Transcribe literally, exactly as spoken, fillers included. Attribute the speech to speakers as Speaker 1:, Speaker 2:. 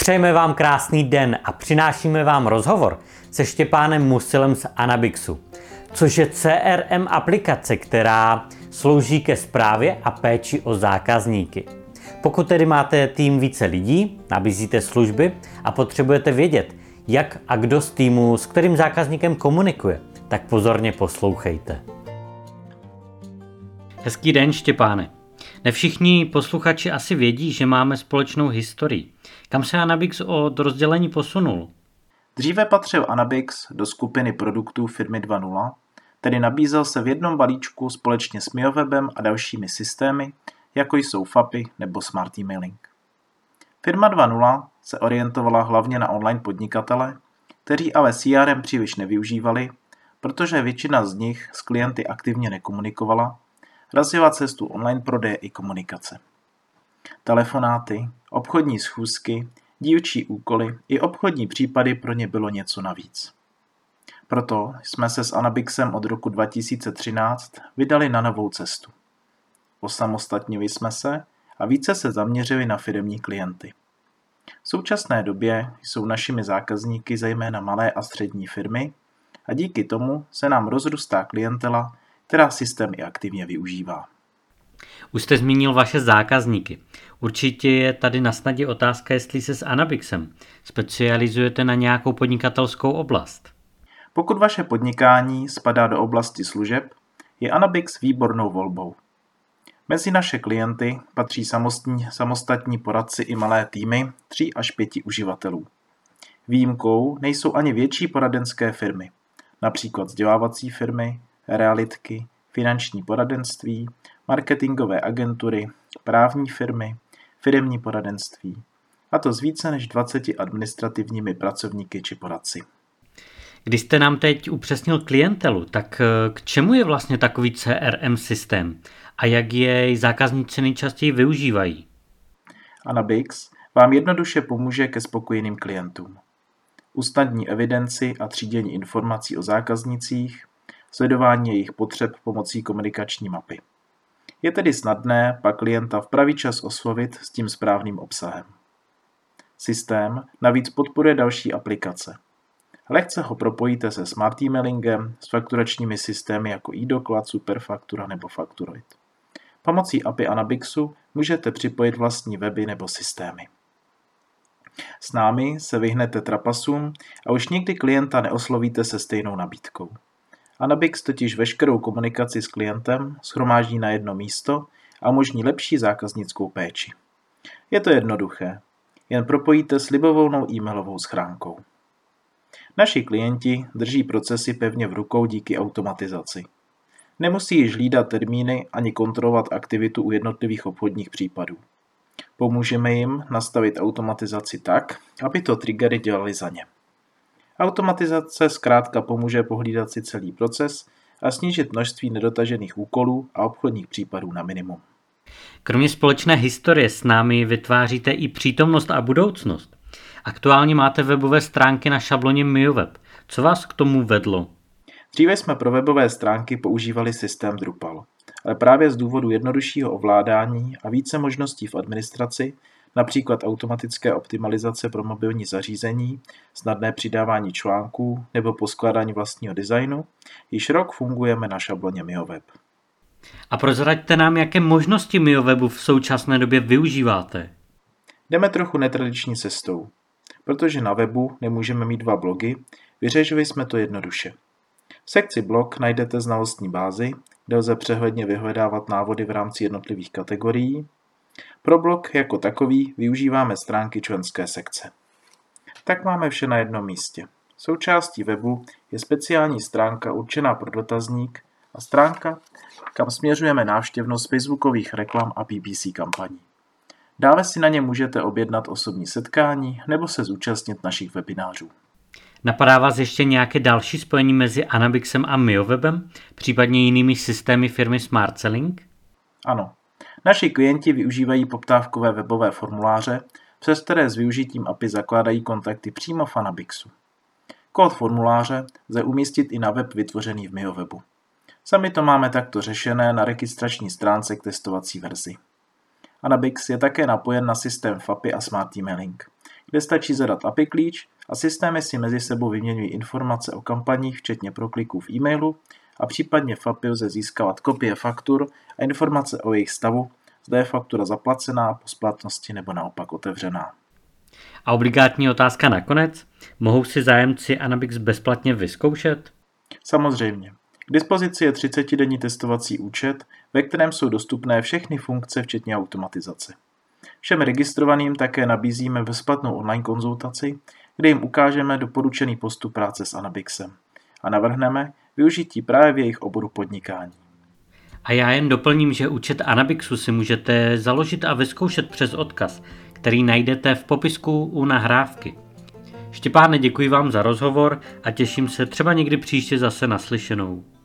Speaker 1: Přejeme vám krásný den a přinášíme vám rozhovor se Štěpánem Musilem z Anabixu, což je C R M aplikace, která slouží ke správě a péči o zákazníky. Pokud tedy máte tým více lidí, nabízíte služby a potřebujete vědět, jak a kdo z týmu s kterým zákazníkem komunikuje, tak pozorně poslouchejte. Hezký den, Štěpáne. Ne všichni posluchači asi vědí, že máme společnou historii. Kam se Anabix od rozdělení posunul?
Speaker 2: Dříve patřil Anabix do skupiny produktů firmy dva tečka nula, tedy nabízel se v jednom balíčku společně s MioWebem a dalšími systémy, jako jsou FAPy nebo Smart Emailing. Firma dva tečka nula se orientovala hlavně na online podnikatele, kteří ale C R M příliš nevyužívali, protože většina z nich s klienty aktivně nekomunikovala, razila cestu online prodeje i komunikace. Telefonáty, obchodní schůzky, dílčí úkoly i obchodní případy pro ně bylo něco navíc. Proto jsme se s Anabixem od roku dva tisíce třináct vydali na novou cestu. Osamostatnili jsme se a více se zaměřili na firemní klienty. V současné době jsou našimi zákazníky zejména malé a střední firmy a díky tomu se nám rozrůstá klientela, která systém i aktivně využívá.
Speaker 1: Už jste zmínil vaše zákazníky. Určitě je tady na snadě otázka, jestli se s Anabixem specializujete na nějakou podnikatelskou oblast.
Speaker 2: Pokud vaše podnikání spadá do oblasti služeb, je Anabix výbornou volbou. Mezi naše klienty patří samostní, samostatní poradci i malé týmy tří až pěti uživatelů. Výjimkou nejsou ani větší poradenské firmy, například vzdělávací firmy, realitky, finanční poradenství, marketingové agentury, právní firmy, firemní poradenství, a to s více než dvaceti administrativními pracovníky či poradci.
Speaker 1: Když jste nám teď upřesnil klientelu, tak k čemu je vlastně takový C R M systém a jak jej zákazníci nejčastěji využívají?
Speaker 2: Anabix vám jednoduše pomůže ke spokojeným klientům. Usnadní evidenci a třídění informací o zákaznicích, sledování jejich potřeb pomocí komunikační mapy. Je tedy snadné pak klienta v pravý čas oslovit s tím správným obsahem. Systém navíc podporuje další aplikace. Lehce ho propojíte se Smart Emailingem, s fakturačními systémy jako eDoklad, Superfaktura nebo Fakturoid. Pomocí A P I Anabixu můžete připojit vlastní weby nebo systémy. S námi se vyhnete trapasům a už nikdy klienta neoslovíte se stejnou nabídkou. Anabix totiž veškerou komunikaci s klientem shromáždí na jedno místo a umožní lepší zákaznickou péči. Je to jednoduché, jen propojíte s libovolnou e-mailovou schránkou. Naši klienti drží procesy pevně v rukou díky automatizaci. Nemusí již hlídat termíny ani kontrolovat aktivitu u jednotlivých obchodních případů. Pomůžeme jim nastavit automatizaci tak, aby to triggery dělali za ně. Automatizace zkrátka pomůže pohlídat si celý proces a snížit množství nedotažených úkolů a obchodních případů na minimum.
Speaker 1: Kromě společné historie s námi vytváříte i přítomnost a budoucnost. Aktuálně máte webové stránky na šabloně MioWeb. Co vás k tomu vedlo?
Speaker 2: Dříve jsme pro webové stránky používali systém Drupal, ale právě z důvodu jednoduššího ovládání a více možností v administraci, například automatické optimalizace pro mobilní zařízení, snadné přidávání článků nebo poskládání vlastního designu, již rok fungujeme na šabloně MioWeb.
Speaker 1: A prozraďte nám, jaké možnosti MioWebu v současné době využíváte.
Speaker 2: Jdeme trochu netradiční cestou. Protože na webu nemůžeme mít dva blogy, vyřešili jsme to jednoduše. V sekci blog najdete znalostní bázi, kde lze přehledně vyhledávat návody v rámci jednotlivých kategorií. Pro blog jako takový využíváme stránky členské sekce. Tak máme vše na jednom místě. Součástí webu je speciální stránka určená pro dotazník a stránka, kam směřujeme návštěvnost facebookových reklam a P P C kampaní. Dále si na ně můžete objednat osobní setkání nebo se zúčastnit našich webinářů.
Speaker 1: Napadá vás ještě nějaké další spojení mezi Anabixem a MioWebem, případně jinými systémy firmy Smart Selling?
Speaker 2: Ano. Naši klienti využívají poptávkové webové formuláře, přes které s využitím A P I zakládají kontakty přímo v Anabixu. Kód formuláře lze umístit i na web vytvořený v MioWebu. Sami to máme takto řešené na registrační stránce k testovací verzi. Anabix je také napojen na systém FAPy a Smart Emailing, kde stačí zadat A P I klíč a systémy si mezi sebou vyměňují informace o kampaních, včetně prokliků v e-mailu, a případně v A P I lze získávat kopie faktur a informace o jejich stavu, zda je faktura zaplacená, po splatnosti nebo naopak otevřená.
Speaker 1: A obligátní otázka nakonec. Mohou si zájemci Anabix bezplatně vyzkoušet?
Speaker 2: Samozřejmě. K dispozici je třicetidenní testovací účet, ve kterém jsou dostupné všechny funkce, včetně automatizace. Všem registrovaným také nabízíme bezplatnou online konzultaci, kde jim ukážeme doporučený postup práce s Anabixem a navrhneme využití právě v jejich oboru podnikání.
Speaker 1: A já jen doplním, že účet Anabixu si můžete založit a vyzkoušet přes odkaz, který najdete v popisku u nahrávky. Štěpáne, děkuji vám za rozhovor a těším se třeba někdy příště zase naslyšenou.